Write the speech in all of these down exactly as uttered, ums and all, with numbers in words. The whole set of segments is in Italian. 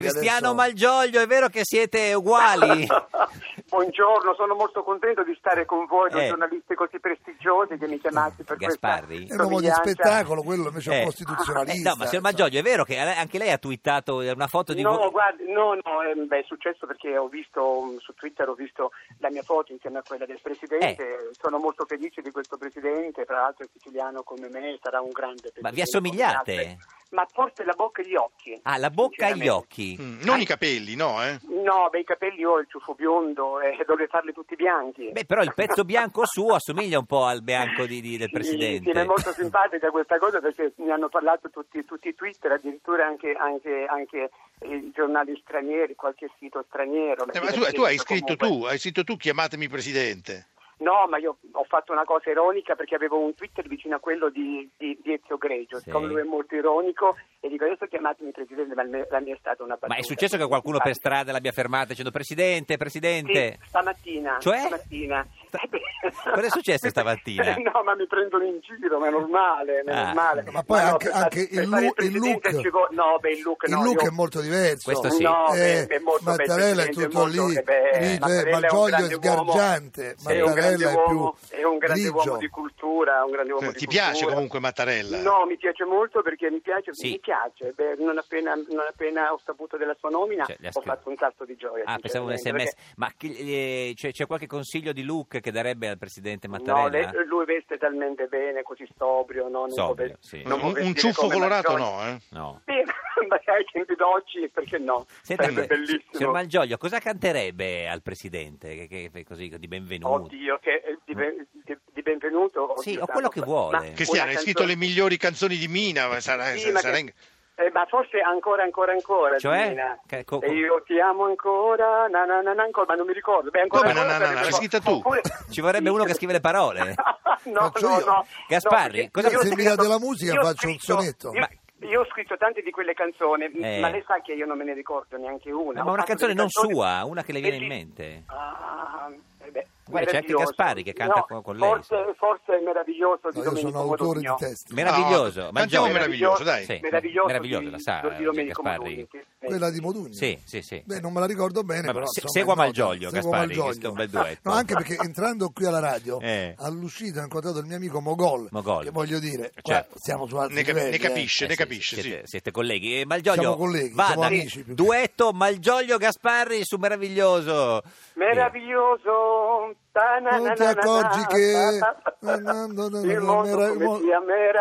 Cristiano Adesso... Malgioglio, è vero che siete uguali? Buongiorno, sono molto contento di stare con voi, due Eh. giornalisti così prestigiosi che mi chiamate per Gasparri? È un uomo di somiglianza. spettacolo, quello invece è Eh. un costituzionalista. Eh, no, ma signor Malgioglio, è vero che anche lei ha twittato una foto di No, voi? guardi, no, no, eh, beh, è successo perché ho visto su Twitter, ho visto la mia foto insieme a quella del Presidente, Eh. sono molto felice di questo Presidente, tra l'altro è siciliano come me, sarà un grande Presidente. Ma vi assomigliate? Ma forse la bocca e gli occhi. Ah, la bocca e gli sinceramente. occhi. Mm, non Ah, i capelli, no, eh? No, beh, i capelli ho il ciuffo biondo e eh, dovrei farli tutti bianchi. Beh, però il pezzo bianco suo assomiglia un po' al bianco di, di- del Sì, Presidente. sì, mi è molto simpatica questa cosa perché ne hanno parlato tutti, tutti i Twitter, addirittura anche, anche, anche i giornali stranieri, qualche sito straniero. Eh, ma tu, tu hai scritto tu, hai scritto tu chiamatemi Presidente. No, ma io ho fatto una cosa ironica perché avevo un Twitter vicino a quello di, di, di Ezio Greggio, Sì. siccome lui è molto ironico e dico adesso chiamatemi Presidente, ma la mia è stata una battuta. Ma è successo che qualcuno per strada l'abbia fermata dicendo Presidente, Presidente? Sì, stamattina. Cioè? Stamattina. Sta- Cosa è successo stamattina? No, ma mi prendono in giro, ma è normale, è Ah. normale. Ma poi no, anche- per anche fare- per il fare look- il Presidente look. ci vo- No, beh, il look Il no, look io- è molto diverso. Questo sì. No, Eh, è, è molto beh, Mattarella è il Presidente tutto molto- lì, eh, beh, lì, Mattarella è un Malgioglio è grande uomo, sgargiante, è un grande Mattarella è uomo, più è un grande grigio. uomo di cultura, un grande uomo Eh, di ti cultura. piace comunque Mattarella? No, mi piace molto perché mi piace, Sì. mi piace. Beh, non, appena, non appena ho saputo della sua nomina Cioè, le ha ho scritto- fatto un salto di gioia. Ah, pensavo un sinceramente, sms. Ma chi- eh, c'è, c'è qualche consiglio di look che darebbe al Presidente perché- Mattarella? No, lei- lui veste talmente bene, così sobrio, no? Non può Sobrio, ve- sì. non può Un, un vestire ciuffo come colorato Malgioglio. no, eh? No. Sì, ma ai tempi d'oggi, perché no? Senta, Sarebbe eh, bellissimo. signor Malgioglio, cosa canterebbe al Presidente? Che, che- che così, di benvenuto? Oddio, che eh, di, ben- di- di benvenuto. Sì, oddio o quello santo. che vuole. Ma Cristiano, una hai scritto canzone- le migliori canzoni di Mina, ma sarà, Sì, ma, sarà- che- eh, ma forse ancora, ancora, ancora. Cioè? Gina. Che- co- E io ti amo ancora, na, na, na, na, ancora, ma non mi ricordo. Beh, ancora, Come, na, ancora, na, na, na, sarebbe- l'hai scritta tu? Oppure- Ci vorrebbe Sì, uno che scrive le parole. no, Faccio no, io. no. Gasparri, no, cosa- perché io ho Se mi scritto- date la musica io ho faccio un scritto- sonetto. Io, Ma- io ho scritto tante di quelle canzoni, Eh. ma lei sa che io non me ne ricordo neanche una. Ma Ho una fatto canzone delle non canzoni- sua, una che le viene Eh in sì. mente. Ah, eh beh, Guarda, c'è anche meraviglioso. Gasparri che canta No, con- con lei. Forse, forse è meraviglioso di No, io Domenico sono autore di Modugno. testi. Meraviglioso. No, Malgioglio. cantiamo meraviglioso, dai. Sì, Meraviglioso, meraviglioso, di, la sa, di Domenico Gasparri. Modugno, sì. Quella di Modugno? Sì, sì, sì. Beh, non me la ricordo bene, Ma però se- insomma, segua è nota. Malgioglio, Seguo Gasparri, Malgioglio. questo è un bel duetto. No, anche perché entrando qui alla radio, Eh. all'uscita ho incontrato il mio amico Mogol, Mogol. che voglio dire, Certo. qua siamo su altri Ne, cap- livelli, ne eh. capisce, Eh, ne sì, capisce, sì. siete, siete colleghi. E Malgioglio, Siamo colleghi, vada, siamo amici più che- duetto Malgioglio Gasparri su Meraviglioso. Meraviglioso. Ta na Non na ti na na accorgi na che- ta ta ta ta. no, no, no, il no, mondo mera- come mo- sia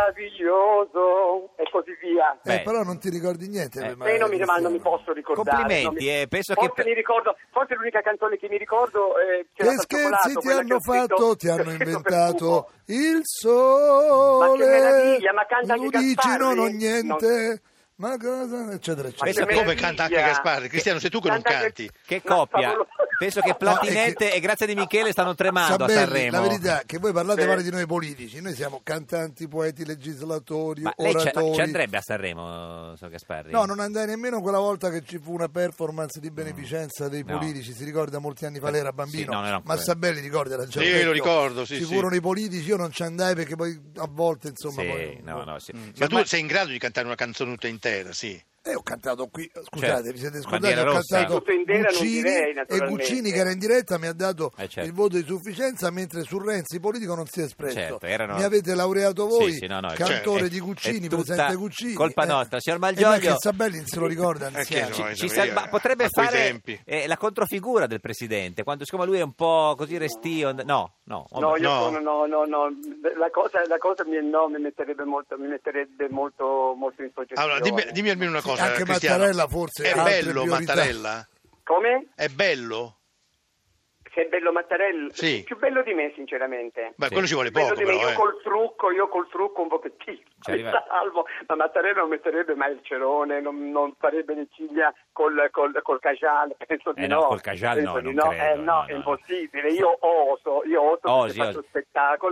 meraviglioso e così via. Eh, Beh. però non ti ricordi niente. Eh. ma- E non mi, ma non mi posso ricordare. Complimenti, non mi- eh, penso forse che- mi ricordo, forse l'unica canzone che mi ricordo è Che Celato al scherzi cioccolato, ti quella che hanno ho scritto- fatto? Ti che ho hanno scritto per inventato Cubo. il sole. Ma che meraviglia, ma canta anche Tu dici Gasparri? non ho niente, ma cosa, eccetera, Ma eccetera. che Come meraviglia. canta anche Gasparri? Cristiano, sei tu che non Canta anche- canti. Che Ma coppia. favolo- Penso che Platinette e Grazia Di Michele stanno tremando a Sabelli, Sanremo. la verità è che voi parlate Sì. male di noi politici, noi siamo cantanti, poeti, legislatori, Ma lei ci, oratori. ci andrebbe a Sanremo, so Gasparri? No, non andai nemmeno quella volta che ci fu una performance di beneficenza dei No. politici, si ricorda molti anni fa, lei era bambino, Sì, no, no, no, ma Sabelli ricorda, era già Sì, vecchio. lo ricordo, sì, Ci sì. furono i politici, io non ci andai perché poi a volte insomma... Sì, poi- no, no, sì. Ma Signor tu Ma- sei in grado di cantare una canzone tutta intera, sì. Eh, ho cantato qui, scusate, Certo. vi siete scusati, Bandiera ho rossa. cantato Tutto intera non Guccini direi, e naturalmente. Guccini che era in diretta mi ha dato Eh, certo. il voto di sufficienza, mentre su Renzi politico non si è espresso. Certo, erano- Mi avete laureato voi, Sì, sì, no, no, cantore è- di Guccini, è tutta presente Guccini. colpa eh. nostra. Signor E ma Malgioglio- che Sabelli non se lo ricorda, anziano. no, Ci, Poi ci sapevo serba- io, potrebbe a quei fare tempi. eh, la controfigura del Presidente, quando siccome lui è un po' così restio. No, no, No, vabbè. io No. sono, no, no, no, la cosa, la cosa mi, no, mi metterebbe molto, mi metterebbe molto, molto in soggezione. Allora, dimmi, dimmi almeno una cosa, anche Cristiano. Mattarella forse È ha altre bello priorità. Mattarella? Come? È bello? Se è bello Mattarella? Sì. Più bello di me, sinceramente. Beh, Sì. quello ci vuole Bello poco, di me, però, io eh. col trucco, io col trucco un pochettino. Ci arriva- mi salvo. Ma Mattarella non metterebbe mai il cerone, non, non farebbe le ciglia col, col, col cajal, penso di Eh no, no. col cajal Penso no, di non credo, Eh, no, no, è no. impossibile. Io oso, io oso Osi, perché faccio osi. spettacolo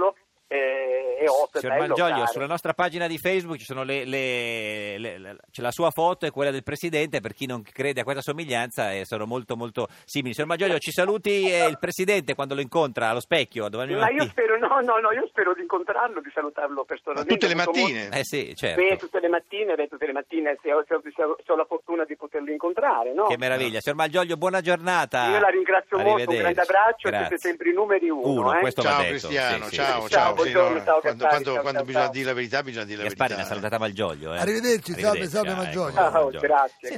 eh, e otto. Signor Malgioglio, sulla nostra pagina di Facebook ci sono le, le, le, le- c'è la sua foto e quella del Presidente, per chi non crede a questa somiglianza, e sono molto molto simili. Signor Malgioglio, ci saluti eh, il Presidente quando lo incontra allo specchio domani Ma io mattina. spero, no, no, no, io spero di incontrarlo, di salutarlo personalmente. Tutte le Ho avuto mattine? Eh sì, certo. Beh, tutte le mattine, beh, tutte le mattine, se ho, se ho- se ho- se ho la fortuna di poterlo incontrare, no? Che meraviglia. Signor Malgioglio, buona giornata. Io la ringrazio molto, un grande Arrivederci. abbraccio, Grazie. siete sempre i numeri uno. Uno, eh. questo va Ciao detto. Cristiano, Sì, sì, ciao, sì. Ciao, ciao. sì, buongiorno, no, ciao, quando Gaspari, quando- ciao, quando ciao, bisogna ciao. dire la verità, bisogna dire la Gaspari, verità. una salutata Malgioglio. Eh. Arrivederci, salve, Arrivederci. salve Ah, ecco, Malgioglio. Ciao, Malgioglio. grazie.